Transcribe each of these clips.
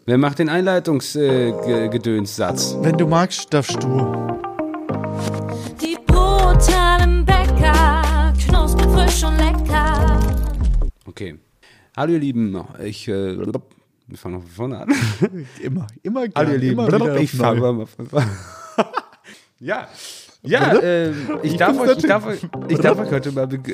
Wer macht den Einleitungsgedönssatz? Wenn du magst, darfst du. Die brutalen Bäcker, knusprig, frisch und lecker. Okay. Hallo ihr Lieben, wir fangen noch von vorne an. Immer gerne. Hallo ihr Lieben, ich fange mal von vorne an. Ja, ich darf euch heute mal Die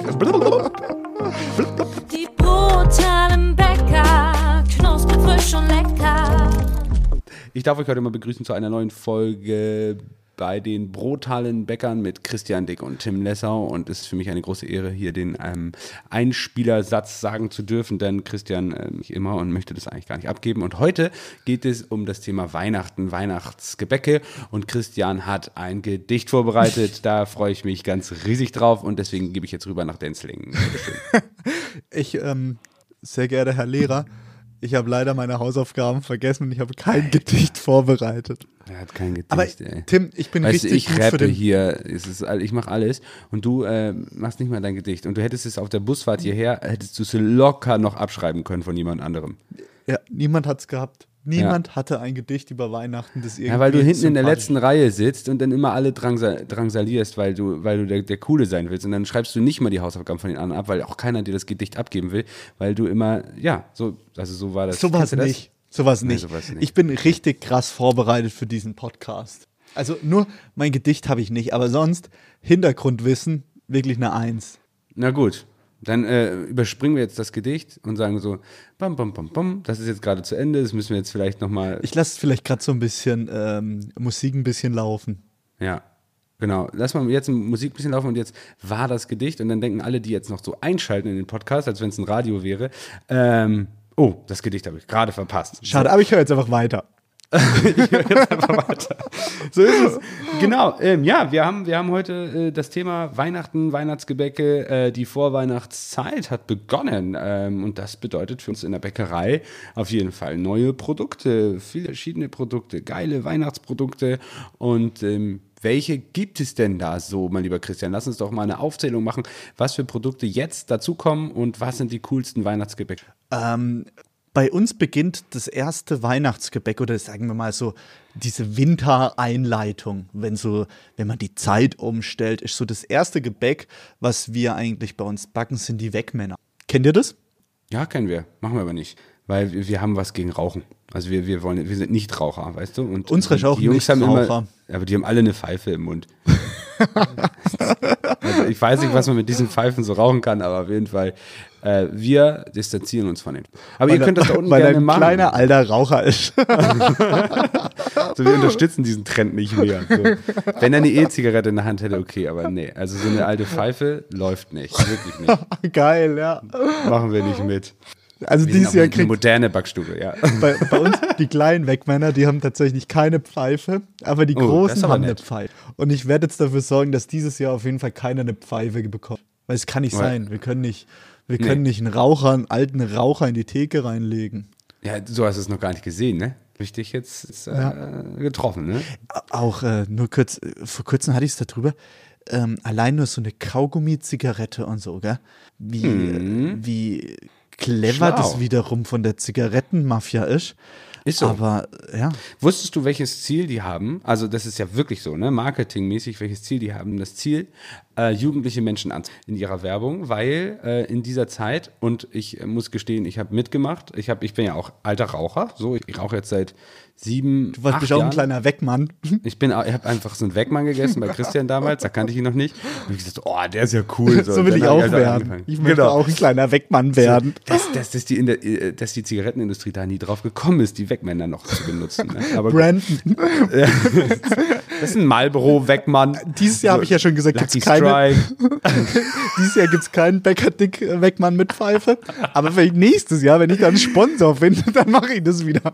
brutalen Bäcker, knusprig, frisch und lecker. Ich darf euch heute mal begrüßen zu einer neuen Folge bei den brutalen Bäckern mit Christian Dick und Tim Lessau, und es ist für mich eine große Ehre, hier den Einspielersatz sagen zu dürfen, denn Christian nicht immer und möchte das eigentlich gar nicht abgeben. Und heute geht es um das Thema Weihnachten, Weihnachtsgebäcke, und Christian hat ein Gedicht vorbereitet. Da freue ich mich ganz riesig drauf, und deswegen gebe ich jetzt rüber nach Denzlingen. Sehr geehrter Herr Lehrer, ich habe leider meine Hausaufgaben vergessen und ich habe kein Gedicht vorbereitet. Er hat kein Gedicht, Aber ey. Tim, ich bin Weißt du, richtig ich gut rappe für den... hier, ich mache alles, und du machst nicht mal dein Gedicht. Und du hättest es auf der Busfahrt hierher, hättest du es locker noch abschreiben können von jemand anderem. Ja, niemand hat es gehabt. Niemand hatte ein Gedicht über Weihnachten, das irgendwie... Ja, weil du hinten in der sympathisch- letzten Reihe sitzt und dann immer alle drangsalierst, weil du der Coole sein willst. Und dann schreibst du nicht mal die Hausaufgaben von den anderen ab, weil auch keiner dir das Gedicht abgeben will, weil du immer, so war das. Sowas Kennst du das? nicht. Sowas Nee, nicht. sowas nicht. Ich bin richtig krass vorbereitet für diesen Podcast. Also nur mein Gedicht habe ich nicht, aber sonst Hintergrundwissen wirklich eine 1. Na gut, dann überspringen wir jetzt das Gedicht und sagen so, bam, bam, bam, bam, das ist jetzt gerade zu Ende, das müssen wir jetzt vielleicht nochmal... Ich lasse vielleicht gerade so ein bisschen Musik ein bisschen laufen. Ja, genau. Lass mal jetzt Musik ein bisschen laufen, und jetzt war das Gedicht, und dann denken alle, die jetzt noch so einschalten in den Podcast, als wenn es ein Radio wäre, oh, das Gedicht habe ich gerade verpasst. Schade, aber ich höre jetzt einfach weiter. Ich höre jetzt einfach weiter. So ist es. Genau. Wir haben heute das Thema Weihnachten, Weihnachtsgebäcke. Die Vorweihnachtszeit hat begonnen. Und das bedeutet für uns in der Bäckerei auf jeden Fall neue Produkte, viele verschiedene Produkte, geile Weihnachtsprodukte. Und welche gibt es denn da so, mein lieber Christian? Lass uns doch mal eine Aufzählung machen, was für Produkte jetzt dazukommen und was sind die coolsten Weihnachtsgebäcke. Bei uns beginnt das erste Weihnachtsgebäck, oder sagen wir mal so diese Wintereinleitung, wenn man die Zeit umstellt, ist so das erste Gebäck, was wir eigentlich bei uns backen, sind die Wegmänner. Kennt ihr das? Ja, kennen wir. Machen wir aber nicht. Weil wir haben was gegen Rauchen. Also wir sind nicht Raucher, weißt du? Und Unsere ist auch die Jungs nicht haben Raucher. aber die haben alle eine Pfeife im Mund. Also ich weiß nicht, was man mit diesen Pfeifen so rauchen kann, aber auf jeden Fall, wir distanzieren uns von denen. Aber ihr könnt das da unten weil gerne ein machen. kleiner alter Raucher ist. So, wir unterstützen diesen Trend nicht mehr. So. Wenn er eine E-Zigarette in der Hand hätte, okay, aber nee. Also so eine alte Pfeife läuft nicht, wirklich nicht. Geil, ja. Machen wir nicht mit. Also Wir dieses sind Jahr auch eine kriegt moderne Backstube, ja. bei uns die kleinen Wegmänner, die haben tatsächlich keine Pfeife, aber die Oh, das ist großen aber haben eine nett. Pfeife. Und ich werde jetzt dafür sorgen, dass dieses Jahr auf jeden Fall keiner eine Pfeife bekommt. Weil es kann nicht sein. Wir können nicht einen alten Raucher in die Theke reinlegen. Ja, so hast du es noch gar nicht gesehen, ne? Richtig jetzt getroffen, ne? Auch nur kurz, vor kurzem hatte ich es darüber, allein nur so eine Kaugummi-Zigarette und so, gell? Wie clever Schlau. das wiederum von der Zigarettenmafia ist. Ist so. Aber ja. Wusstest du, welches Ziel die haben? Also das ist ja wirklich so, ne? Marketingmäßig, welches Ziel die haben? Das Ziel, jugendliche Menschen in ihrer Werbung, weil in dieser Zeit, und ich muss gestehen, ich habe mitgemacht, ich bin ja auch alter Raucher, so, ich rauche jetzt seit 7, Du warst 8 bestimmt auch ein Jahren. kleiner Wegmann. Ich habe einfach so einen Wegmann gegessen bei Christian damals, da kannte ich ihn noch nicht. Und ich gesagt, oh, der ist ja cool. So will Dann ich hab auch halt werden. angefangen. Ich möchte auch ein kleiner Wegmann werden. Dass die Zigarettenindustrie da nie drauf gekommen ist, die Wegmänner noch zu benutzen. Ne? Aber gut. Brandon. Das ist ein Marlboro-Wegmann. Dieses Jahr habe ich ja schon gesagt, Lucky gibt's keine. Strike. Dieses Jahr gibt es keinen Bäcker-Dick Wegmann mit Pfeife. Aber vielleicht nächstes Jahr, wenn ich dann Sponsor finde, dann mache ich das wieder.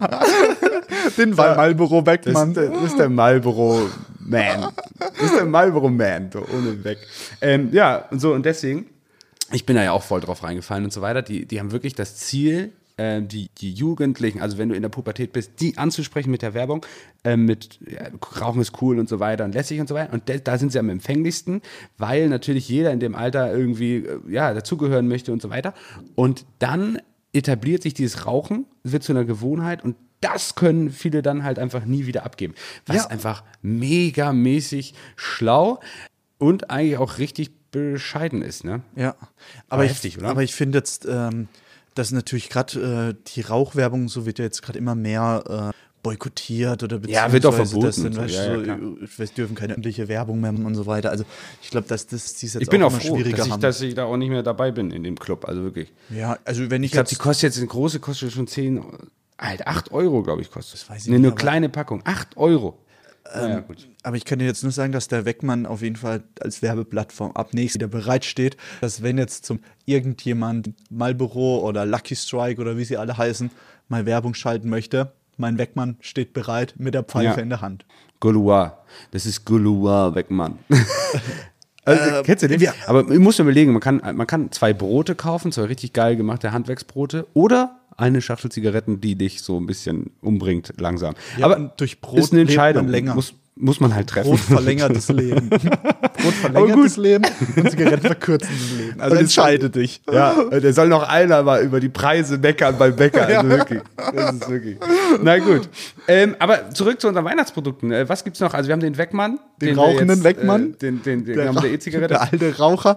Den Marlboro Wegmann. Das ist der Marlboro Man. Das ist der Marlboro Man, so ohne Weg. Und deswegen, ich bin da ja auch voll drauf reingefallen und so weiter. Die haben wirklich das Ziel, die Jugendlichen, also wenn du in der Pubertät bist, die anzusprechen mit der Werbung, Rauchen ist cool und so weiter und lässig und so weiter. Und da sind sie am empfänglichsten, weil natürlich jeder in dem Alter irgendwie dazugehören möchte und so weiter. Und dann etabliert sich dieses Rauchen, wird zu einer Gewohnheit und das können viele dann halt einfach nie wieder abgeben. Was einfach megamäßig schlau und eigentlich auch richtig bescheiden ist, ne? Ja, Aber heftig, oder? Aber ich finde jetzt, dass natürlich gerade die Rauchwerbung, so wird ja jetzt gerade immer mehr boykottiert oder beziehungsweise wird auch verboten dass dann, und so. weißt Ja, du, klar. wir dürfen keine öffentliche Werbung mehr machen und so weiter. Also ich glaube, dass die es jetzt Ich bin auch immer froh, schwieriger haben. dass ich da auch nicht mehr dabei bin in dem Club, also wirklich. Ja, also wenn ich Ich glaube, die jetzt kostet jetzt, eine große kostet schon 10, halt 8 Euro, glaube ich, kostet. Das weiß ich eine nicht, nur aber- kleine Packung, 8 Euro. Ja, gut. Aber ich kann dir jetzt nur sagen, dass der Weckmann auf jeden Fall als Werbeplattform ab nächstes wieder bereitsteht, dass wenn jetzt zum irgendjemand Marlboro oder Lucky Strike oder wie sie alle heißen, mal Werbung schalten möchte, mein Weckmann steht bereit mit der Pfeife Ja. in der Hand. Gaulois. Das ist Gaulois Weckmann. Also, kennst du den? ja. Aber man muss überlegen, man kann 2 Brote kaufen, 2 richtig geil gemachte Handwerksbrote oder eine Schachtel Zigaretten, die dich so ein bisschen umbringt langsam. Ja, aber und durch Brot ist eine lebt Entscheidung, man länger. muss man halt treffen. Brot verlängert das Leben. Brot verlängert gut. das Leben und Zigaretten verkürzen das Leben. Also Und entscheide dich. Ja, der soll noch einer mal über die Preise meckern beim Bäcker. Also wirklich. Das ist wirklich. Na gut. Aber zurück zu unseren Weihnachtsprodukten. Was gibt's noch? Also wir haben den Weckmann. Den wir rauchenden Weckmann. Wir haben der E-Zigarette. Der alte Raucher.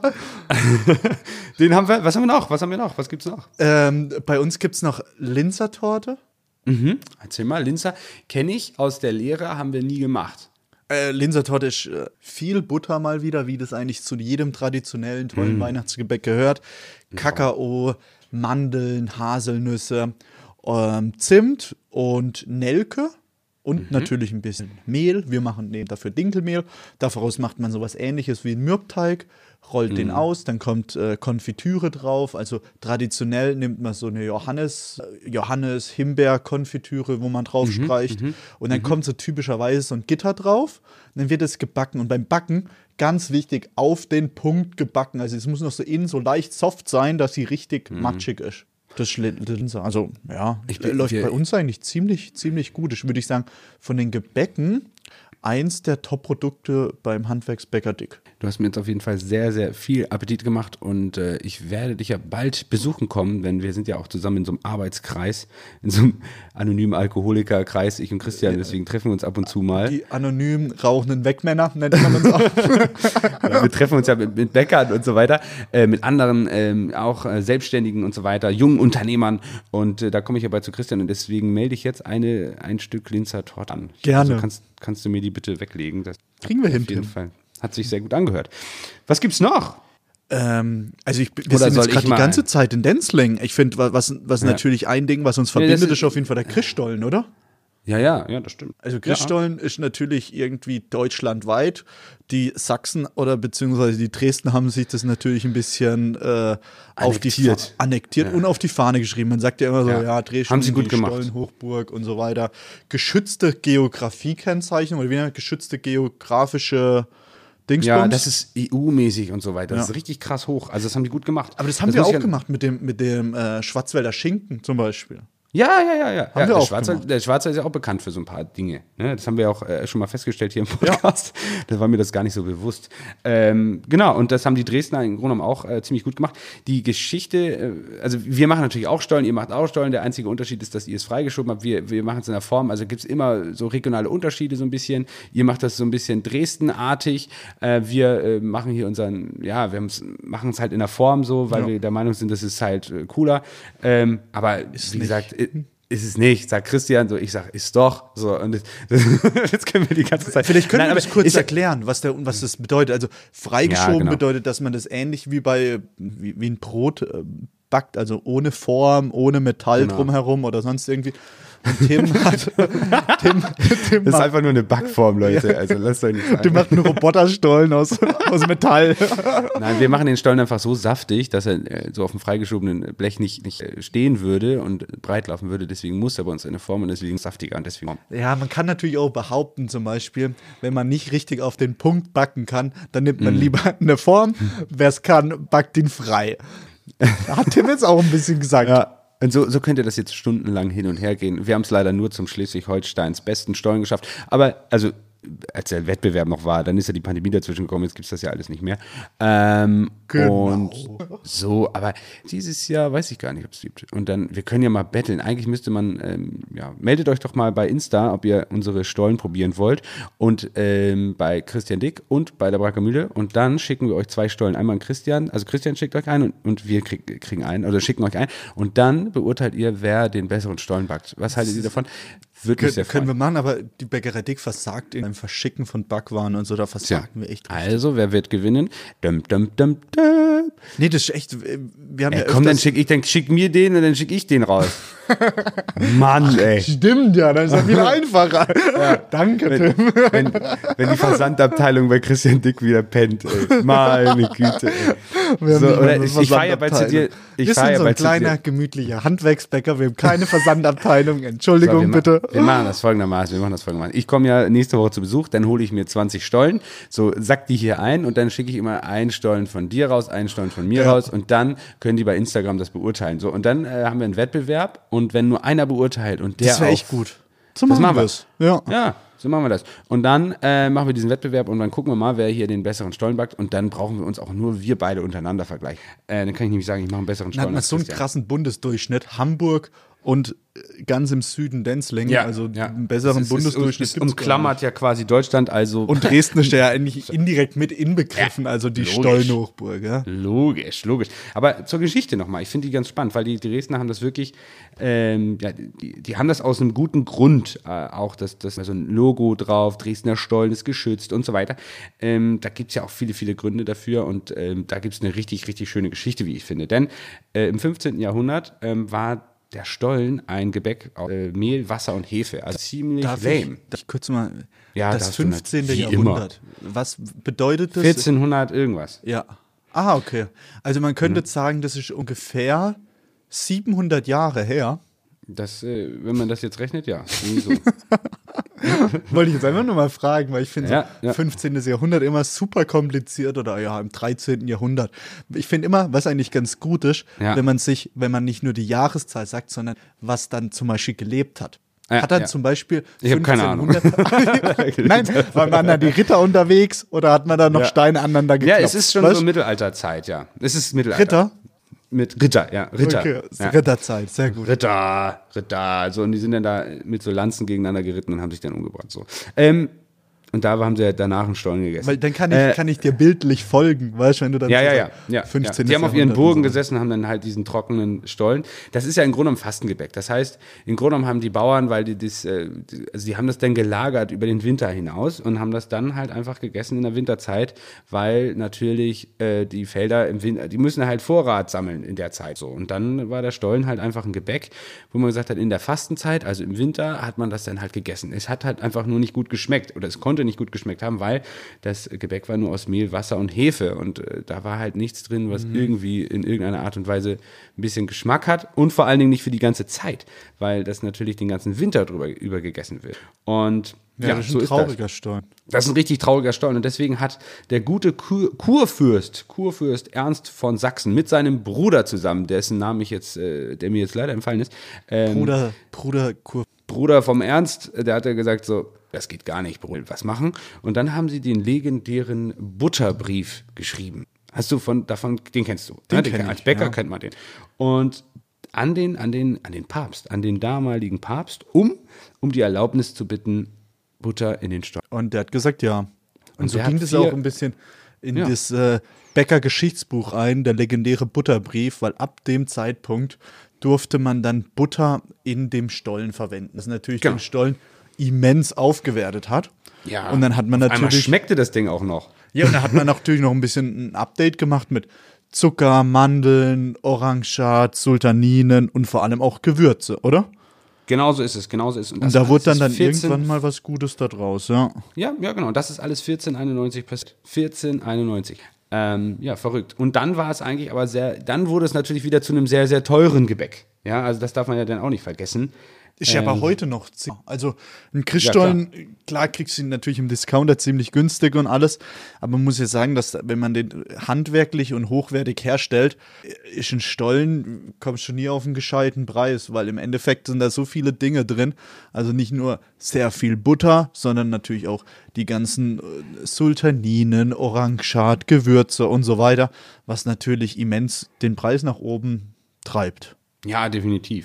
Den haben wir. Was haben wir noch? Was gibt's noch? Bei uns gibt es noch Linzertorte. Erzähl mal, Linzer kenne ich aus der Lehre, haben wir nie gemacht. Linzertorte ist viel Butter mal wieder, wie das eigentlich zu jedem traditionellen, tollen Weihnachtsgebäck gehört. Kakao, Mandeln, Haselnüsse, Zimt und Nelke und natürlich ein bisschen Mehl. Wir nehmen dafür Dinkelmehl. Daraus macht man sowas Ähnliches wie einen Mürbteig, rollt den aus, dann kommt Konfitüre drauf. Also traditionell nimmt man so eine Johannes-Himbeer-Konfitüre, wo man drauf streicht. Und dann kommt so typischerweise so ein Gitter drauf. Und dann wird es gebacken. Und beim Backen, ganz wichtig, auf den Punkt gebacken. Also es muss noch so innen so leicht soft sein, dass sie richtig matschig ist. Das Linzer. Also ja, läuft bei uns eigentlich ziemlich gut. Ich würde sagen, von den Gebäcken eins der Top-Produkte beim Handwerksbäcker Dick. Du hast mir jetzt auf jeden Fall sehr, sehr viel Appetit gemacht und ich werde dich ja bald besuchen kommen, denn wir sind ja auch zusammen in so einem Arbeitskreis, in so einem anonymen Alkoholikerkreis, ich und Christian, deswegen treffen wir uns ab und zu mal. Die anonym rauchenden Weckmänner nennt man uns auch. Wir treffen uns ja mit Bäckern und so weiter, mit anderen auch Selbstständigen und so weiter, jungen Unternehmern und da komme ich ja bald zu Christian und deswegen melde ich jetzt ein Stück Linzer Torte an. Gerne. Also kannst du mir die bitte weglegen? Das Kriegen wir hin, auf jeden Tim. Fall. Hat sich sehr gut angehört. Was gibt's noch? Wir Oder sind soll jetzt ich gerade die mal- ganze Zeit in Denzling. Ich finde, was natürlich ein Ding, was uns das verbindet, ist- ist auf jeden Fall der Christstollen, oder? Ja, das stimmt. Also Christstollen ist natürlich irgendwie deutschlandweit. Die Sachsen oder beziehungsweise die Dresden haben sich das natürlich ein bisschen annektiert und auf die Fahne geschrieben. Man sagt ja immer so, Dresden, Haben sie gut die gemacht. Stollenhochburg und so weiter. Geschützte Geografiekennzeichnung oder wie nennt man geschützte geografische Dingsbums. Ja, das ist EU-mäßig und so weiter. Das ist richtig krass hoch. Also das haben die gut gemacht. Aber das haben wir muss auch ich ja- gemacht mit dem Schwarzwälder Schinken zum Beispiel. Ja. wir der auch Schwarzer, gemacht. der Schwarzer ist ja auch bekannt für so ein paar Dinge. Ne? Das haben wir auch schon mal festgestellt hier im Podcast. Da war mir das gar nicht so bewusst. Genau, und das haben die Dresdner im Grunde genommen auch ziemlich gut gemacht. Die Geschichte, also wir machen natürlich auch Stollen, ihr macht auch Stollen. Der einzige Unterschied ist, dass ihr es freigeschoben habt. Wir machen es in der Form, also gibt es immer so regionale Unterschiede so ein bisschen. Ihr macht das so ein bisschen Dresden-artig. Wir machen hier machen es halt in der Form so, weil wir der Meinung sind, das ist halt cooler. Aber wie gesagt, ist es nicht, sagt Christian, so ich sag, ist doch, so und jetzt können wir die ganze Zeit. Vielleicht können wir aber das kurz ist ja- erklären, was das bedeutet. Also freigeschoben Ja, genau. bedeutet, dass man das ähnlich wie wie ein Brot backt, also ohne Form, ohne Metall Genau. drumherum oder sonst irgendwie. Und Tim Das ist macht, einfach nur eine Backform, Leute. Also lasst euch nicht sagen. Tim macht einen Roboterstollen aus Metall. Nein, wir machen den Stollen einfach so saftig, dass er so auf dem freigeschobenen Blech nicht stehen würde und breit laufen würde. Deswegen muss er bei uns eine Form und deswegen saftiger und deswegen. Ja, man kann natürlich auch behaupten, zum Beispiel, wenn man nicht richtig auf den Punkt backen kann, dann nimmt man lieber eine Form. Wer es kann, backt ihn frei. Hat Tim jetzt auch ein bisschen gesagt. Ja. Und so könnte das jetzt stundenlang hin und her gehen. Wir haben es leider nur zum Schleswig-Holsteins besten Stollen geschafft. Aber, also, als der Wettbewerb noch war, dann ist ja die Pandemie dazwischen gekommen, jetzt gibt es das ja alles nicht mehr. Und so, aber dieses Jahr weiß ich gar nicht, ob es gibt. Und dann, wir können ja mal betteln. Eigentlich müsste man, meldet euch doch mal bei Insta, ob ihr unsere Stollen probieren wollt. Und bei Christian Dick und bei der Brackermühle. Und dann schicken wir euch 2 Stollen. Einmal an Christian, also Christian schickt euch einen und wir kriegen einen, oder schicken euch einen. Und dann beurteilt ihr, wer den besseren Stollen backt. Was haltet ihr davon? Wirklich sehr Können wir machen, aber die Bäckerei Dick versagt beim Verschicken von Backwaren und so, da versagen wir echt. Also, wer wird gewinnen? Nee, das ist echt, wir haben Komm, dann schick mir den und dann schick ich den raus. Mann, ey. Stimmt, ja, dann ist ja viel einfacher. Ja. Danke, Tim. Wenn die Versandabteilung bei Christian Dick wieder pennt, ey. Meine Güte, ey. So, oder ich fahre ja bald zu dir. Wir sind so ein kleiner, gemütlicher Handwerksbäcker, wir haben keine Versandabteilung. Entschuldigung, bitte. Wir machen das folgendermaßen. Ich komme ja nächste Woche zu Besuch, dann hole ich mir 20 Stollen, so sack die hier ein und dann schicke ich immer einen Stollen von dir raus, einen Stollen von mir raus und dann können die bei Instagram das beurteilen. So, und dann haben wir einen Wettbewerb und wenn nur einer beurteilt und der das wäre echt gut. So machen wir es. Ja, so machen wir das. Und dann machen wir diesen Wettbewerb und dann gucken wir mal, wer hier den besseren Stollen backt und dann brauchen wir uns auch nur wir beide untereinander vergleichen. Dann kann ich nämlich sagen, ich mache einen besseren Stollen. Dann hat man so einen krassen Bundesdurchschnitt. Hamburg und ganz im Süden Denzlingen, also einen besseren Bundesdurchschnitt. Es umklammert ja quasi Deutschland, also. Und Dresden ist ja eigentlich indirekt mit inbegriffen, also die Stollenhochburg. Ja? Logisch. Aber zur Geschichte nochmal, ich finde die ganz spannend, weil die Dresdner haben das wirklich, die haben das aus einem guten Grund, auch das so ein Logo drauf, Dresdner Stollen ist geschützt und so weiter. Da gibt es ja auch viele, viele Gründe dafür und da gibt es eine richtig, richtig schöne Geschichte, wie ich finde. Denn im 15. Jahrhundert war der Stollen ein Gebäck aus Mehl, Wasser und Hefe. Also ziemlich lame. Darf ich kurz mal, ja, das 15. Jahrhundert. Was bedeutet das? 1400 irgendwas. Ja. Ah, okay. Also man könnte sagen, das ist ungefähr 700 Jahre her. Das, wenn man das jetzt rechnet, ja. So. Wollte ich jetzt einfach nur mal fragen, weil ich finde 15. Jahrhundert immer super kompliziert oder im 13. Jahrhundert. Ich finde immer, was eigentlich ganz gut ist, wenn man nicht nur die Jahreszahl sagt, sondern was dann zum Beispiel gelebt hat. Hat er zum Beispiel ich habe keine Ahnung. Nein, waren da die Ritter unterwegs oder hat man da noch Steine aneinander geklopft? Ja, es ist schon so Mittelalterzeit, ja. Es ist Mittelalter. Ritter? Mit Ritter, ja. Ritter. Okay, Ritterzeit, sehr gut. Ritter. Also, und die sind dann da mit so Lanzen gegeneinander geritten und haben sich dann umgebracht. So. Und da haben sie ja danach einen Stollen gegessen. Weil dann kann ich dir bildlich folgen, weißt du, wenn du dann 15. Die haben auf ihren Burgen gesessen, haben dann halt diesen trockenen Stollen. Das ist ja im Grunde genommen Fastengebäck. Das heißt, im Grunde genommen haben die Bauern, weil die haben das dann gelagert über den Winter hinaus und haben das dann halt einfach gegessen in der Winterzeit, weil natürlich die Felder im Winter, die müssen halt Vorrat sammeln in der Zeit so. Und dann war der Stollen halt einfach ein Gebäck, wo man gesagt hat, in der Fastenzeit, also im Winter, hat man das dann halt gegessen. Es hat halt einfach nur nicht gut geschmeckt oder es konnte nicht gut geschmeckt haben, weil das Gebäck war nur aus Mehl, Wasser und Hefe und da war halt nichts drin, was irgendwie in irgendeiner Art und Weise ein bisschen Geschmack hat und vor allen Dingen nicht für die ganze Zeit, weil das natürlich den ganzen Winter über gegessen wird. Und das ist ein trauriger Stollen. Das ist ein richtig trauriger Stollen und deswegen hat der gute Kurfürst Ernst von Sachsen mit seinem Bruder zusammen, dessen Namen der mir jetzt leider entfallen ist, Bruder vom Ernst, der hat ja gesagt so, das geht gar nicht, Bruder, was machen? Und dann haben sie den legendären Butterbrief geschrieben. Hast du davon, den kennst du? Als Bäcker kennt man den. Und an den Papst, an den damaligen Papst, um die Erlaubnis zu bitten, Butter in den Stollen. Und der hat gesagt, ja. Und so ging das auch ein bisschen in das Bäcker-Geschichtsbuch ein, der legendäre Butterbrief, weil ab dem Zeitpunkt durfte man dann Butter in dem Stollen verwenden. Das natürlich den Stollen immens aufgewertet hat. Ja. Und dann hat man natürlich. Einmal schmeckte das Ding auch noch. Ja, und dann hat man natürlich noch ein bisschen ein Update gemacht mit Zucker, Mandeln, Orangat, Sultaninen und vor allem auch Gewürze, oder? Genauso ist es. Und da wurde dann irgendwann mal was Gutes da draus, ja. Ja, genau. Das ist alles 1491 passiert. 1491. Verrückt. Und dann war es eigentlich dann wurde es natürlich wieder zu einem sehr, sehr teuren Gebäck. Ja, also das darf man ja dann auch nicht vergessen. Ist ja aber heute noch. Also ein Christstollen, klar kriegst du ihn natürlich im Discounter ziemlich günstig und alles, aber man muss ja sagen, dass wenn man den handwerklich und hochwertig herstellt, ist ein Stollen, kommst du nie auf einen gescheiten Preis, weil im Endeffekt sind da so viele Dinge drin, also nicht nur sehr viel Butter, sondern natürlich auch die ganzen Sultaninen, Orangat, Gewürze und so weiter, was natürlich immens den Preis nach oben treibt. Ja, definitiv.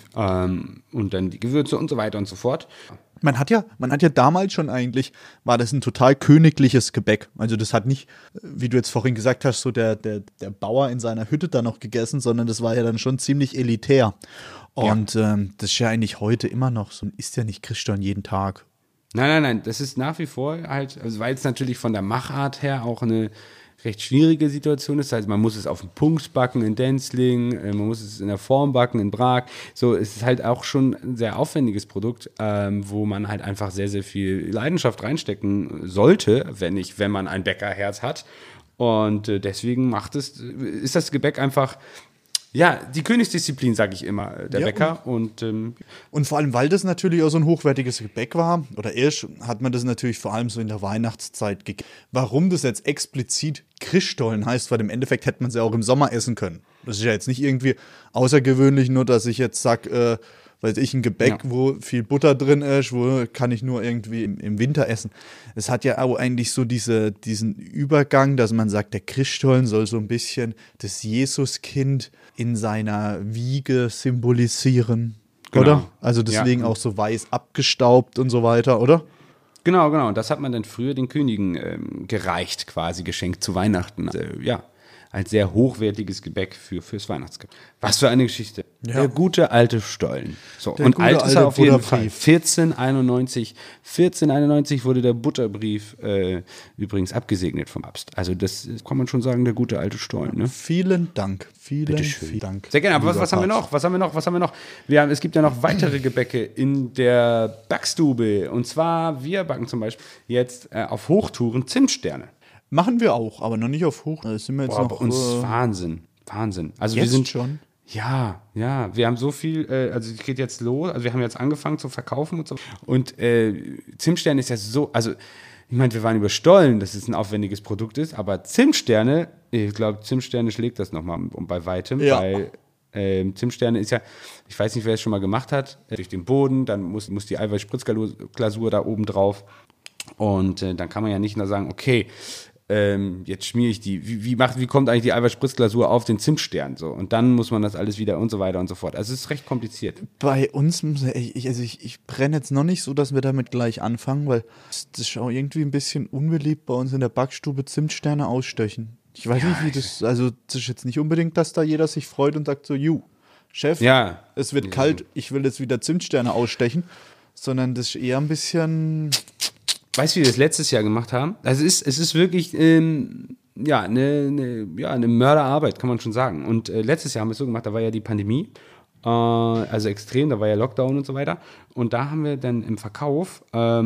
Und dann die Gewürze und so weiter und so fort. Man hat ja damals schon eigentlich, war das ein total königliches Gebäck. Also das hat nicht, wie du jetzt vorhin gesagt hast, so der Bauer in seiner Hütte da noch gegessen, sondern das war ja dann schon ziemlich elitär. Und das ist ja eigentlich heute immer noch so, isst ja nicht Christstollen jeden Tag. Nein, das ist nach wie vor halt, also weil es natürlich von der Machart her auch eine recht schwierige Situation ist. Also man muss es auf den Punkt backen in Denzling, man muss es in der Form backen in Prag. So, es ist halt auch schon ein sehr aufwendiges Produkt, wo man halt einfach sehr, sehr viel Leidenschaft reinstecken sollte, wenn man ein Bäckerherz hat. Und deswegen ist das Gebäck einfach, ja, die Königsdisziplin, sage ich immer, der Bäcker. Und vor allem, weil das natürlich auch so ein hochwertiges Gebäck war, oder erst hat man das natürlich vor allem so in der Weihnachtszeit gegessen. Warum das jetzt explizit Christstollen heißt, weil im Endeffekt hätte man es ja auch im Sommer essen können. Das ist ja jetzt nicht irgendwie außergewöhnlich, nur dass ich jetzt sage, weiß ich, ein Gebäck, wo viel Butter drin ist, wo kann ich nur irgendwie im Winter essen. Es hat ja auch eigentlich so diesen Übergang, dass man sagt, der Christstollen soll so ein bisschen das Jesuskind in seiner Wiege symbolisieren, Genau. oder? Also deswegen auch so weiß abgestaubt und so weiter, oder? Genau. Und das hat man dann früher den Königen gereicht, quasi geschenkt zu Weihnachten. Also, ja, als sehr hochwertiges Gebäck fürs Weihnachtsgebäck. Was für eine Geschichte. Ja. Der gute alte Stollen. So, und alt ist er auf jeden Fall. 1491 wurde der Butterbrief übrigens abgesegnet vom Papst. Also das kann man schon sagen, der gute alte Stollen. Ne? Vielen Dank. Vielen Dank. Sehr gerne. Aber was haben wir noch? Es gibt ja noch weitere Gebäcke in der Backstube. Und zwar, wir backen zum Beispiel jetzt auf Hochtouren Zimtsterne. Machen wir auch, aber noch nicht auf Hoch. Da sind wir jetzt noch bei uns Wahnsinn. Also jetzt wir sind schon. Ja, wir haben so viel, also es geht jetzt los, also wir haben jetzt angefangen zu verkaufen und so. Und Zimtsterne ist ja so, also ich meine, wir waren über Stollen, dass es ein aufwendiges Produkt ist, aber Zimtsterne, ich glaube, Zimtsterne schlägt das nochmal bei weitem, weil Zimtsterne ist ja, ich weiß nicht, wer es schon mal gemacht hat, durch den Boden, dann muss die Eiweißspritzglasur da oben drauf und dann kann man ja nicht nur sagen, okay, jetzt schmiere ich die, wie kommt eigentlich die Eiweißspritzglasur auf den Zimtstern so und dann muss man das alles wieder und so weiter und so fort. Also es ist recht kompliziert. Bei uns, ich brenne jetzt noch nicht so, dass wir damit gleich anfangen, weil das ist auch irgendwie ein bisschen unbeliebt bei uns in der Backstube Zimtsterne ausstöchen. Ich weiß nicht, wie das, also das ist jetzt nicht unbedingt, dass da jeder sich freut und sagt so, Chef, es wird kalt, ich will jetzt wieder Zimtsterne ausstechen, sondern das ist eher ein bisschen... Weißt du, wie wir das letztes Jahr gemacht haben? Also es ist wirklich eine Mörderarbeit, kann man schon sagen. Und letztes Jahr haben wir es so gemacht, da war ja die Pandemie, also extrem, da war ja Lockdown und so weiter. Und da haben wir dann im Verkauf,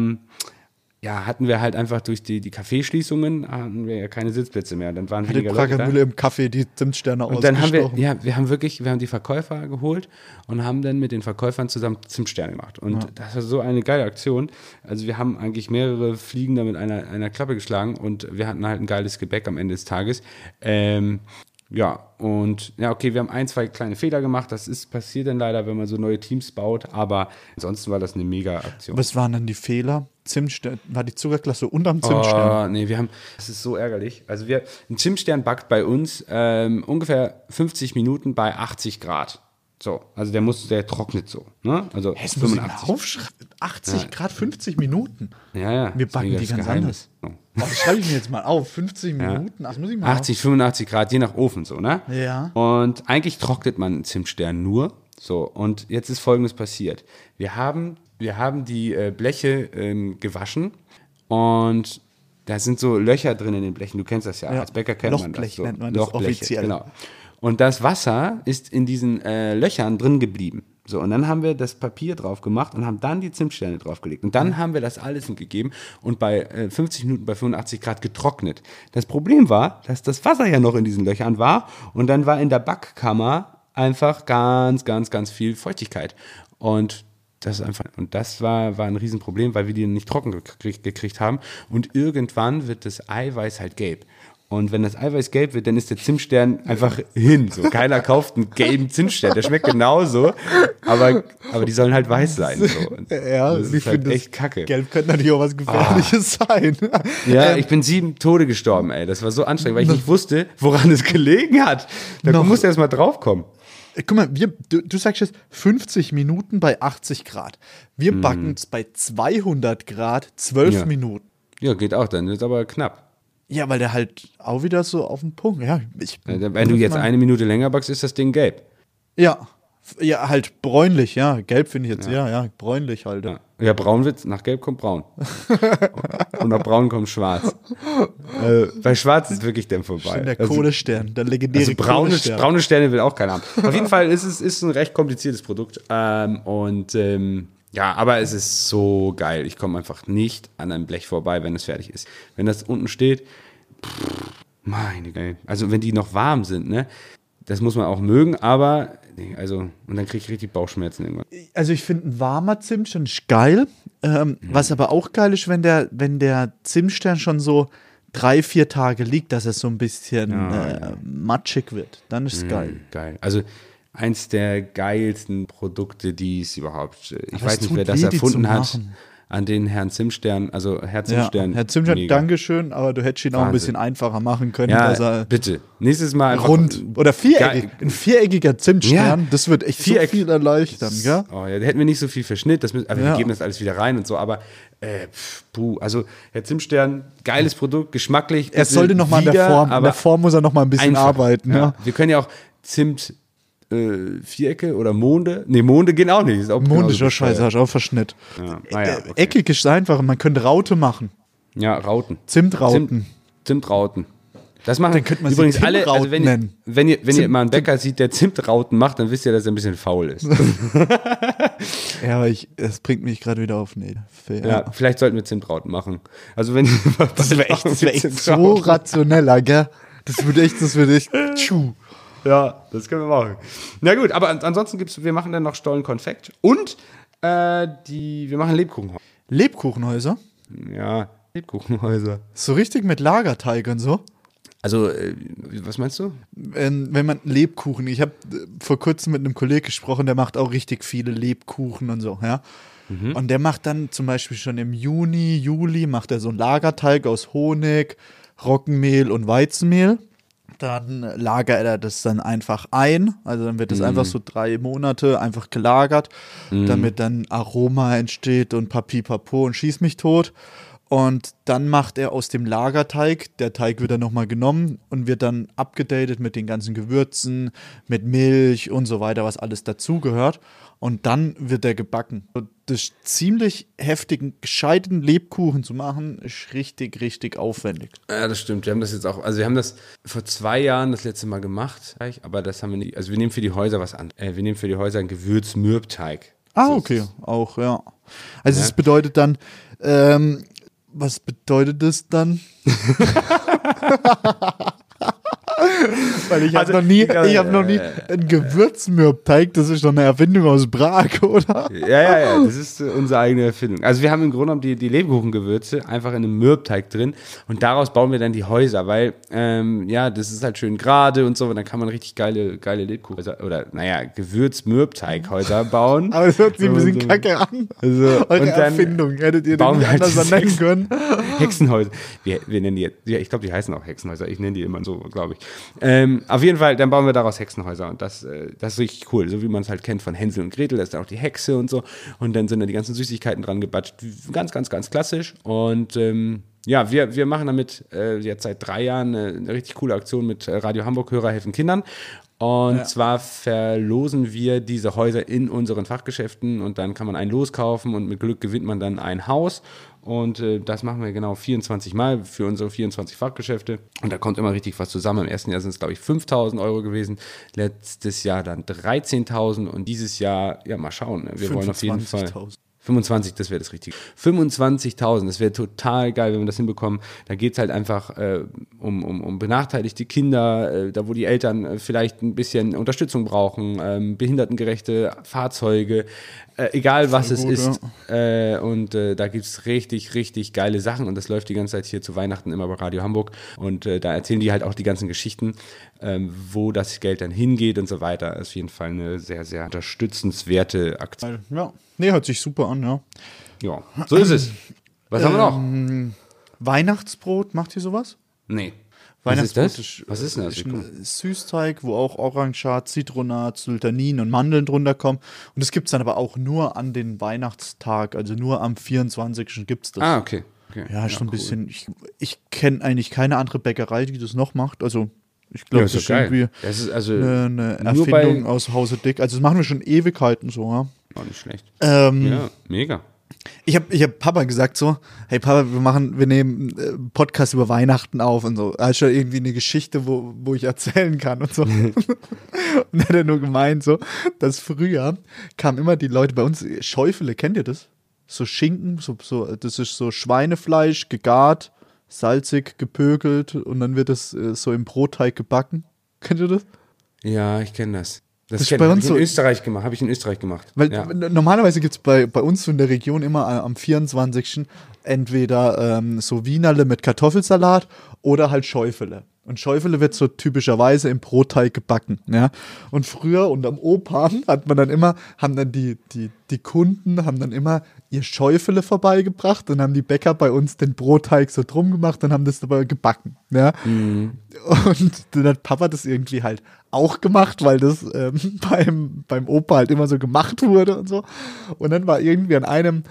hatten wir halt einfach durch die Kaffeeschließungen, hatten wir ja keine Sitzplätze mehr. Dann waren weniger Leute da. Mühle im Kaffee die Zimtsterne und dann haben wir haben die Verkäufer geholt und haben dann mit den Verkäufern zusammen Zimtsterne gemacht. Und das war so eine geile Aktion. Also wir haben eigentlich mehrere Fliegen da mit einer Klappe geschlagen und wir hatten halt ein geiles Gebäck am Ende des Tages. Wir haben 1-2 kleine Fehler gemacht. Das ist passiert dann leider, wenn man so neue Teams baut. Aber ansonsten war das eine Mega-Aktion. Was waren dann die Fehler? Zimtstern, war die Zuckerklasse unterm Zimtstern? Das ist so ärgerlich. Also ein Zimtstern backt bei uns ungefähr 50 Minuten bei 80 Grad. So, also der trocknet so. Ne? Also 85. 80 Grad, 50 Minuten? Ja. Wir backen die ganz anders. Das schreibe ich mir jetzt mal auf. 50 Minuten? Das muss ich mal 80, 85 Grad, je nach Ofen so, ne? Ja. Und eigentlich trocknet man einen Zimtstern nur. So, und jetzt ist Folgendes passiert. Wir haben die Bleche gewaschen und da sind so Löcher drin in den Blechen. Du kennst das ja. Als Bäcker kennt man das. Nennt man das offiziell. Genau. Und das Wasser ist in diesen Löchern drin geblieben. So, und dann haben wir das Papier drauf gemacht und haben dann die Zimtsterne draufgelegt. Und dann haben wir das alles gegeben und bei 50 Minuten bei 85 Grad getrocknet. Das Problem war, dass das Wasser ja noch in diesen Löchern war und dann war in der Backkammer einfach ganz, ganz, ganz viel Feuchtigkeit. Und Das ist einfach, und das war ein Riesenproblem, weil wir die nicht trocken gekriegt haben. Und irgendwann wird das Eiweiß halt gelb. Und wenn das Eiweiß gelb wird, dann ist der Zimtstern einfach hin. So, keiner kauft einen gelben Zimtstern. Der schmeckt genauso, aber die sollen halt weiß sein. So. Und Ja, das ich ist halt finde, echt kacke. Gelb könnte natürlich auch was Gefährliches sein. Ja, ich bin 7 Tode gestorben, ey. Das war so anstrengend, weil ich nicht wusste, woran es gelegen hat. Da musste erst mal draufkommen. Guck mal, du sagst jetzt 50 Minuten bei 80 Grad. Wir backen es bei 200 Grad 12 Ja. Minuten. Ja, geht auch, dann ist aber knapp. Ja, weil der halt auch wieder so auf den Punkt. Ja, Wenn du jetzt 1 Minute länger backst, ist das Ding gelb. Ja, halt bräunlich, ja. Gelb finde ich jetzt, ja, bräunlich halt. Ja, braun wird, nach gelb kommt braun. Und nach braun kommt schwarz. Bei schwarz ist wirklich dann vorbei. Schön der Kohlestern, der legendäre Also Kohlestern. braune Sterne will auch keiner haben. Auf jeden Fall ist es ein recht kompliziertes Produkt. Ja, aber es ist so geil. Ich komme einfach nicht an einem Blech vorbei, wenn es fertig ist. Wenn das unten steht, meine Güte. Also wenn die noch warm sind, ne? Das muss man auch mögen, aber nee, also, und dann kriege ich richtig Bauchschmerzen irgendwann. Also ich finde ein warmer Zimtstern ist geil. Was aber auch geil ist, wenn der Zimtstern schon so 3-4 Tage liegt, dass es so ein bisschen matschig wird. Dann ist es geil. Geil. Also eins der geilsten Produkte, die es überhaupt. Ich Aber weiß es nicht, tut wer das weh, die erfunden zu hat. machen. An den Herrn Zimtstern, also Herr Ja, Zimtstern. Herr Zimtstern, mega. Dankeschön, aber du hättest ihn auch ein Wahnsinn. bisschen einfacher machen können, dass Ja, er bitte. Nächstes Mal einfach rund oder viereckig. Geil. Ein viereckiger Zimtstern, Ja. das wird echt so viel erleichtern, gell? Oh, ja, da hätten wir nicht so viel Verschnitt, aber wir Ja. geben das alles wieder rein und so, aber also Herr Zimtstern, geiles Produkt, geschmacklich. Er sollte noch mal in der wieder, Form, aber muss er noch mal ein bisschen einfach. arbeiten, ja. Wir können ja auch Zimt Vierecke oder Monde. Nee, Monde gehen auch nicht. Ist auch Mond genauso ist ja scheiße, bescheuert. hast du auch Verschnitt. Ja, naja, okay. Eckig ist einfach, man könnte Raute machen. Ja, Rauten. Zimtrauten. Zimtrauten. Das machen Dann könnte man sie übrigens alle, also Zimtrauten nennen. wenn ihr mal einen Bäcker sieht, der Zimtrauten macht, dann wisst ihr, dass er ein bisschen faul ist. Ja, aber es bringt mich gerade wieder auf. Nee, Ja, vielleicht sollten wir Zimtrauten machen. Also wenn Das wäre echt so rationeller, gell? Das würde echt tschu. Ja, das können wir machen. Na gut, aber ansonsten wir machen dann noch Stollenkonfekt und wir machen Lebkuchen. Lebkuchenhäuser? Ja, Lebkuchenhäuser. So richtig mit Lagerteig und so? Also, was meinst du? Wenn man Lebkuchen, ich habe vor kurzem mit einem Kollegen gesprochen, der macht auch richtig viele Lebkuchen und so, ja. Und der macht dann zum Beispiel schon im Juli macht er so einen Lagerteig aus Honig, Roggenmehl und Weizenmehl. Dann lagert er das dann einfach ein, also dann wird das einfach so 3 Monate einfach gelagert, damit dann Aroma entsteht und Papipapo und schieß mich tot. Und dann macht er aus dem Lagerteig, der Teig wird dann nochmal genommen und wird dann abgedatet mit den ganzen Gewürzen, mit Milch und so weiter, was alles dazugehört. Und dann wird er gebacken. Das ziemlich heftigen, gescheiten Lebkuchen zu machen, ist richtig, richtig aufwendig. Ja, das stimmt. Wir haben das jetzt auch, also wir haben das vor 2 Jahren das letzte Mal gemacht, aber das haben wir nicht, also wir nehmen für die Häuser was an. Wir nehmen für die Häuser einen Gewürz-Mürbteig. Ah, okay, auch, ja. Also das bedeutet dann, was bedeutet das dann? Weil ich habe noch nie einen Gewürzmürbteig, das ist doch eine Erfindung aus Prag, oder? Ja, das ist unsere eigene Erfindung. Also wir haben im Grunde genommen die Lebkuchengewürze einfach in einem Mürbteig drin und daraus bauen wir dann die Häuser, weil das ist halt schön gerade und so und dann kann man richtig geile Lebkuchenhäuser oder Gewürz-Mürbteighäuser bauen. Aber es hört sich ein bisschen kacke an. Also, Eure und dann Erfindung, hättet ihr bauen den wir halt anders diese nennen können? Hexenhäuser. Wir nennen die jetzt, ja, ich glaube, die heißen auch Hexenhäuser. Ich nenne die immer so, glaube ich. Auf jeden Fall, dann bauen wir daraus Hexenhäuser und das ist richtig cool. So wie man es halt kennt von Hänsel und Gretel, da ist dann auch die Hexe und so. Und dann sind da die ganzen Süßigkeiten dran gebatscht. Ganz, ganz, ganz klassisch. Und wir machen damit jetzt seit 3 Jahren eine richtig coole Aktion mit Radio Hamburg, Hörer helfen Kindern. Und zwar verlosen wir diese Häuser in unseren Fachgeschäften und dann kann man ein Los kaufen und mit Glück gewinnt man dann ein Haus. Und das machen wir genau 24 Mal für unsere 24 Fachgeschäfte. Und da kommt immer richtig was zusammen. Im ersten Jahr sind es, glaube ich, 5.000 Euro gewesen. Letztes Jahr dann 13.000 und dieses Jahr, ja, mal schauen. Wir wollen auf jeden Fall 25, das wäre das Richtige. 25.000, das wäre total geil, wenn wir das hinbekommen. Da geht es halt einfach um benachteiligte Kinder, da wo die Eltern vielleicht ein bisschen Unterstützung brauchen, behindertengerechte Fahrzeuge, Egal was es gut, ist. Da gibt es richtig, richtig geile Sachen und das läuft die ganze Zeit hier zu Weihnachten immer bei Radio Hamburg und da erzählen die halt auch die ganzen Geschichten, wo das Geld dann hingeht und so weiter. Ist auf jeden Fall eine sehr, sehr unterstützenswerte Aktion. Ja, nee, hört sich super an, ja. Ja, so ist es. Was haben wir noch? Weihnachtsbrot, macht ihr sowas? Nee. Was ist das? Weihnachtsbrot Was ist denn das? ist ein Süßteig, wo auch Orangat, Zitronat, Sultanin und Mandeln drunter kommen. Und das gibt es dann aber auch nur an den Weihnachtstag, also nur am 24. gibt es das. Ah, okay. Ja, ist so ein cool. bisschen, ich kenne eigentlich keine andere Bäckerei, die das noch macht. Also ich glaube, Ja, das ist ist doch geil. irgendwie Das ist also eine nur Erfindung bei- aus Hause Dick. Also das machen wir schon Ewigkeiten so, ja. Auch nicht schlecht. Ja, Mega. Ich hab Papa gesagt so, hey Papa, wir nehmen einen Podcast über Weihnachten auf und so. Da ist schon irgendwie eine Geschichte, wo ich erzählen kann und so. Und dann hat er nur gemeint so, dass früher kamen immer die Leute bei uns, Schäufele, kennt ihr das? So Schinken, das ist so Schweinefleisch, gegart, salzig, gepökelt und dann wird das so im Brotteig gebacken. Kennt ihr das? Ja, ich kenne das. Das ist kenn- bei hab uns ich so- in Österreich gemacht. Habe ich in Österreich gemacht. Weil ja. normalerweise gibt es bei uns so in der Region immer am 24. entweder so Wienerle mit Kartoffelsalat oder halt Schäufele. Und Schäufele wird so typischerweise im Brotteig gebacken. Ja? Und früher unterm Opa hat man dann immer, haben dann die Kunden haben dann immer ihr Schäufele vorbeigebracht und haben die Bäcker bei uns den Brotteig so drum gemacht und haben das dabei gebacken. Ja? Und dann hat Papa das irgendwie halt auch gemacht, weil das beim Opa halt immer so gemacht wurde und so. Und dann war irgendwie an einem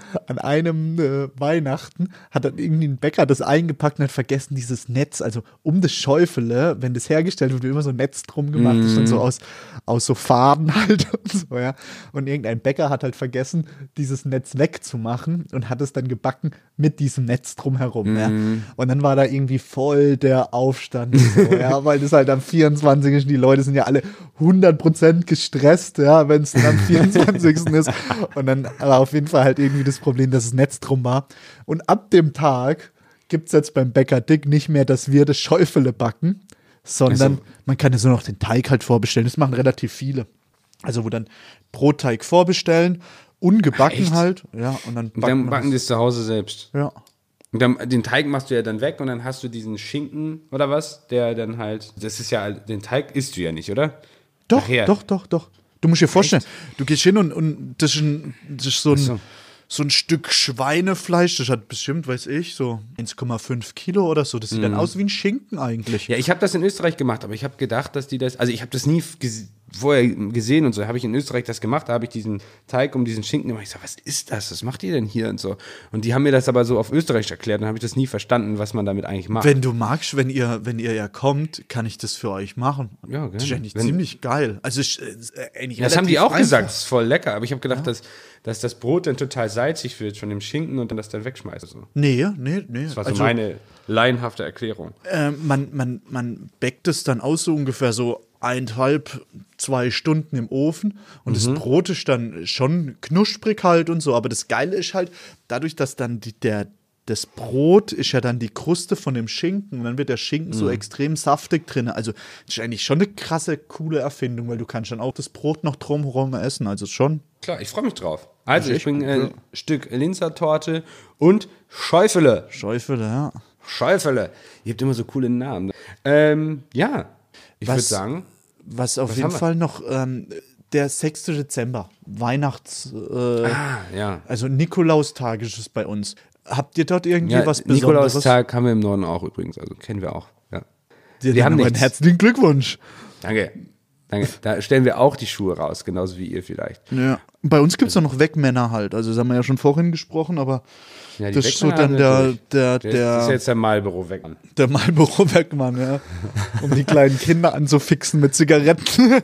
Weihnachten, hat dann irgendwie ein Bäcker das eingepackt und hat vergessen, dieses Netz, also um das Schäufele, wenn das hergestellt wird, wird immer so ein Netz drum gemacht, das ist dann so aus so Faden halt und so, ja. Und irgendein Bäcker hat halt vergessen, dieses Netz wegzumachen und hat es dann gebacken mit diesem Netz drumherum, ja. Und dann war da irgendwie voll der Aufstand, so, ja, weil das halt am 24. die Leute sind ja alle 100% gestresst, ja, wenn es dann am 24. ist. Und dann war auf jeden Fall halt irgendwie das Problem, dass das Netz drum war. Und ab dem Tag gibt es jetzt beim Bäcker Dick nicht mehr, dass wir das Schäufele backen, sondern man kann jetzt nur noch den Teig halt vorbestellen. Das machen relativ viele. Also wo dann Brotteig vorbestellen, ungebacken Echt? halt. Ja, und dann Und dann man backen die es zu Hause selbst. Ja. Und dann, den Teig machst du ja dann weg und dann hast du diesen Schinken oder was, der dann halt, das ist ja, den Teig isst du ja nicht, oder? Doch, Nachher. doch. Du musst dir vorstellen, du gehst hin und das ist so ein, so ein Stück Schweinefleisch, das hat bestimmt, weiß ich, so 1,5 Kilo oder so. Das sieht dann aus wie ein Schinken eigentlich. Ja, ich habe das in Österreich gemacht, aber ich habe gedacht, dass die das, also ich habe das nie vorher gesehen und so, habe ich in Österreich das gemacht, da habe ich diesen Teig um diesen Schinken gemacht. Ich sag, was ist das? Was macht ihr denn hier und so? Und die haben mir das aber so auf Österreich erklärt, dann habe ich das nie verstanden, was man damit eigentlich macht. Wenn du magst, wenn ihr ja kommt, kann ich das für euch machen. Ja, gerne. Das ist eigentlich Wenn- ziemlich geil. Also ist eigentlich das haben die relativ auch gesagt, einfach. das ist voll lecker, aber ich habe gedacht, dass das Brot dann total salzig wird von dem Schinken und dann das dann wegschmeißt. So. Nee. Das war so meine laienhafte Erklärung. Man bäckt es dann aus so ungefähr so 1,5, 2 Stunden im Ofen und das Brot ist dann schon knusprig halt und so, aber das Geile ist halt, dadurch, dass dann das Brot ist ja dann die Kruste von dem Schinken und dann wird der Schinken so extrem saftig drin. Also das ist eigentlich schon eine krasse, coole Erfindung, weil du kannst dann auch das Brot noch drumherum essen, also schon. Klar, ich freue mich drauf. Also, Das ist ich bringe echt ein gut, Stück Linzer-Torte und Schäufele. Schäufele, ja. Schäufele. Ihr habt immer so coole Namen. Ja, ich würde sagen, Was auf Was jeden haben wir? Fall noch, der 6. Dezember, ja. also Nikolaustag ist es bei uns. Habt ihr dort irgendwie Ja, was Besonderes? Nikolaustag haben wir im Norden auch übrigens, also kennen wir auch. Ja. Wir haben einen nichts. herzlichen Glückwunsch. Danke. Da stellen wir auch die Schuhe raus, genauso wie ihr vielleicht. Ja. Bei uns gibt es noch Wegmänner halt. Also das haben wir ja schon vorhin gesprochen, aber Ja, die das ist so Wegmänner dann haben wir durch. Das ist der jetzt der Marlboro weg. Marlboro-Wegmann, ja. Um die kleinen Kinder anzufixen mit Zigaretten.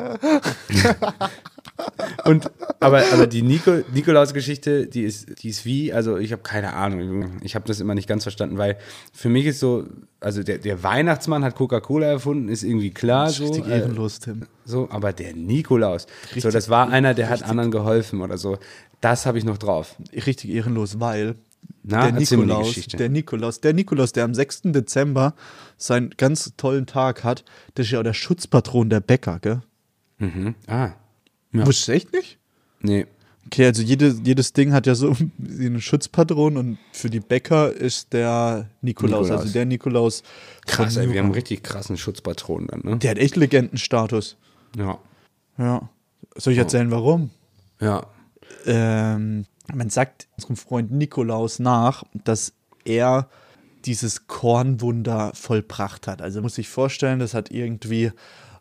Aber die Nikolaus-Geschichte, die ist wie, also ich habe keine Ahnung, ich habe das immer nicht ganz verstanden, weil für mich ist so, also der Weihnachtsmann hat Coca-Cola erfunden, ist irgendwie klar so. Richtig ehrenlos, Tim. So, aber der Nikolaus, so das war einer, der hat anderen geholfen oder so. Das habe ich noch drauf. Richtig ehrenlos, weil Na, der erzähl mir die Nikolaus, Geschichte. der Nikolaus, der am 6. Dezember seinen ganz tollen Tag hat, das ist ja auch der Schutzpatron der Bäcker, gell? Ah, ja. Wusstest du echt nicht? Nee. Okay, also jedes Ding hat ja so eine Schutzpatron und für die Bäcker ist der Nikolaus. Also der Nikolaus. Krass, ey, wir haben einen richtig krassen Schutzpatron dann, ne? Der hat echt Legendenstatus. Ja. Ja. Soll ich erzählen, warum? Ja. Man sagt unserem Freund Nikolaus nach, dass er dieses Kornwunder vollbracht hat. Also muss ich vorstellen, das hat irgendwie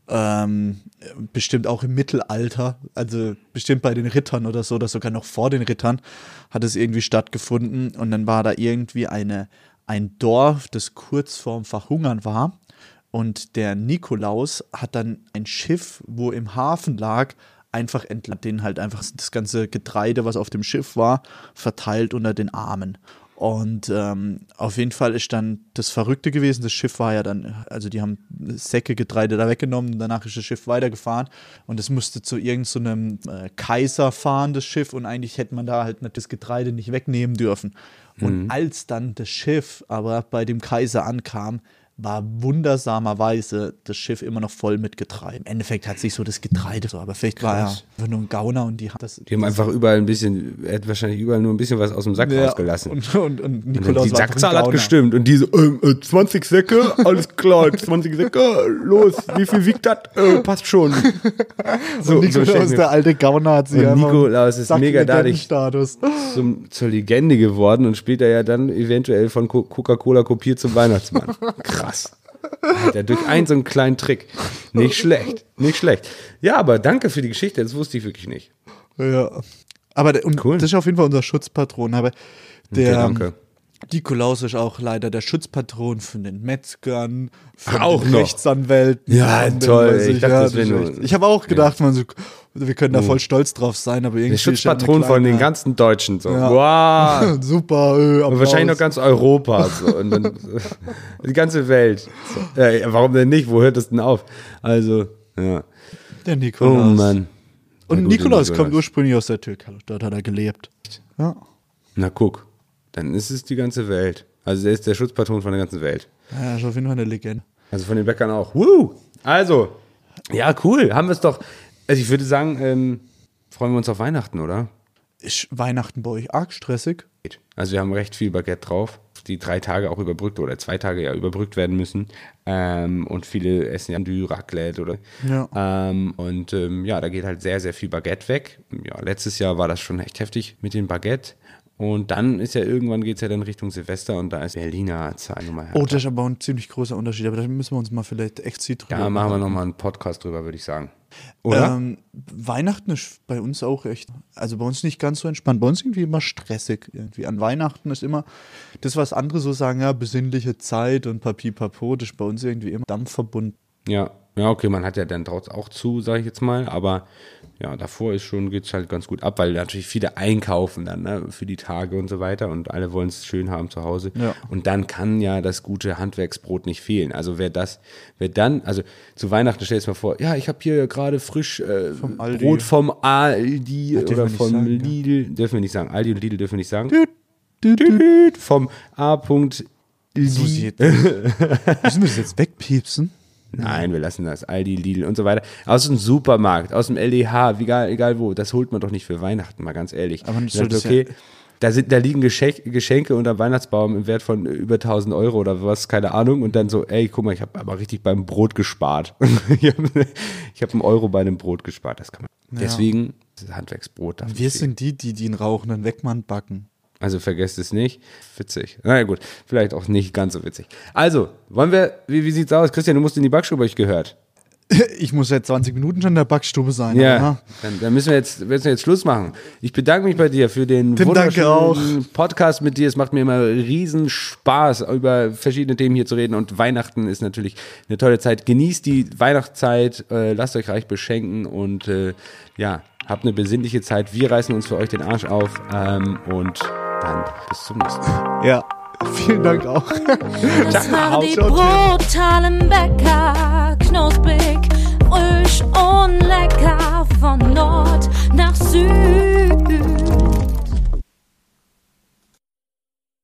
bestimmt auch im Mittelalter, also bestimmt bei den Rittern oder so, oder sogar noch vor den Rittern, hat es irgendwie stattgefunden und dann war da irgendwie ein Dorf, das kurz vorm Verhungern war und der Nikolaus hat dann ein Schiff, wo im Hafen lag, einfach den halt einfach das ganze Getreide, was auf dem Schiff war, verteilt unter den Armen. Und auf jeden Fall ist dann das Verrückte gewesen, das Schiff war ja dann, also die haben Säcke Getreide da weggenommen und danach ist das Schiff weitergefahren und es musste zu irgendeinem Kaiser fahren, das Schiff, und eigentlich hätte man da halt das Getreide nicht wegnehmen dürfen. Und als dann das Schiff aber bei dem Kaiser ankam, war wundersamerweise das Schiff immer noch voll mit Getreide. Im Endeffekt hat sich so das Getreide so, aber vielleicht war er einfach nur ein Gauner und die haben einfach überall ein bisschen, er hat wahrscheinlich überall nur ein bisschen was aus dem Sack rausgelassen. Und Nikolaus die Sackzahl hat gestimmt und die so, 20 Säcke, alles klar, 20 Säcke, los, wie viel wiegt das? Passt schon. So Nikolaus, der alte Gauner, hat sie einfach Nikolaus ist mega dadurch Status zur Legende geworden und später ja dann eventuell von Coca-Cola kopiert zum Weihnachtsmann. Krass. Alter, durch so einen kleinen Trick. Nicht schlecht, nicht schlecht. Ja, aber danke für die Geschichte, das wusste ich wirklich nicht. Ja, aber cool. Das ist auf jeden Fall unser Schutzpatron. Aber der Nikolaus ist auch leider der Schutzpatron von den Metzgern, von den Rechtsanwälten. Ja, toll. Ich dachte, ich habe auch gedacht, wir können da voll stolz drauf sein, aber irgendwie. Der Schutzpatron von den ganzen Deutschen. So. Ja. Wow. Super. Und wahrscheinlich noch ganz Europa. So. Und dann die ganze Welt. So. Warum denn nicht? Wo hört das denn auf? Also, ja. Der Nikolaus. Oh Mann. Und Nikolaus kommt ursprünglich aus der Türkei. Dort hat er gelebt. Ja. Na guck, dann ist es die ganze Welt. Also er ist der Schutzpatron von der ganzen Welt. Ja, ist auf jeden Fall eine Legende. Also von den Bäckern auch. Woo! Also, ja, cool. Haben wir es doch. Also ich würde sagen, freuen wir uns auf Weihnachten, oder? Ist Weihnachten bei euch arg stressig? Also wir haben recht viel Baguette drauf, die 3 Tage auch überbrückt oder 2 Tage ja überbrückt werden müssen. Und viele essen ja du Raclette oder. Ja. Da geht halt sehr, sehr viel Baguette weg. Ja, letztes Jahr war das schon echt heftig mit dem Baguette. Und dann ist ja irgendwann geht es ja dann Richtung Silvester und da ist Berliner Zahl nochmal härter. Oh, das ist aber ein ziemlich großer Unterschied, aber da müssen wir uns mal vielleicht explizit drüber machen. Ja, machen wir nochmal einen Podcast drüber, würde ich sagen. Oder? Weihnachten ist bei uns auch echt, also bei uns nicht ganz so entspannt, bei uns irgendwie immer stressig. Irgendwie an Weihnachten ist immer das, was andere so sagen, ja, besinnliche Zeit und Papipapo, das ist bei uns irgendwie immer dampfverbunden. Ja, okay, man hat ja dann trotzdem auch zu, sage ich jetzt mal, aber ja, davor geht es halt ganz gut ab, weil natürlich viele einkaufen dann, ne, für die Tage und so weiter und alle wollen es schön haben zu Hause. Ja. Und dann kann ja das gute Handwerksbrot nicht fehlen. Also also zu Weihnachten stell dir mal vor, ja, ich habe hier gerade frisch Brot vom Aldi oder vom Lidl, dürfen wir nicht sagen, Aldi und Lidl dürfen wir nicht sagen. Vom A.Lidl. Müssen wir das jetzt wegpiepsen? Nein, wir lassen das. Aldi, Lidl und so weiter. Aus dem Supermarkt, aus dem LDH, egal wo. Das holt man doch nicht für Weihnachten, mal ganz ehrlich. Aber nicht so, okay, da liegen Geschenke unter Weihnachtsbaum im Wert von über 1.000 Euro oder was, keine Ahnung. Und dann so, ey, guck mal, ich habe aber richtig beim Brot gespart. Ich hab 1 Euro bei einem Brot gespart. Das kann man. Ja. Deswegen, das Handwerksbrot. Wir sind die einen rauchenden Wegmann backen. Also vergesst es nicht. Witzig. Na gut, vielleicht auch nicht ganz so witzig. Also, wollen wir, wie sieht's aus? Christian, du musst in die Backstube, habe ich gehört. Ich muss seit 20 Minuten schon in der Backstube sein. Ja, dann müssen wir jetzt Schluss machen. Ich bedanke mich bei dir für den wunderschönen Podcast mit dir. Es macht mir immer riesen Spaß, über verschiedene Themen hier zu reden. Und Weihnachten ist natürlich eine tolle Zeit. Genießt die Weihnachtszeit, lasst euch reich beschenken und habt eine besinnliche Zeit. Wir reißen uns für euch den Arsch auf und dann bis zum nächsten Mal. Ja, vielen Dank auch. Das waren die brutalen Bäcker, knusprig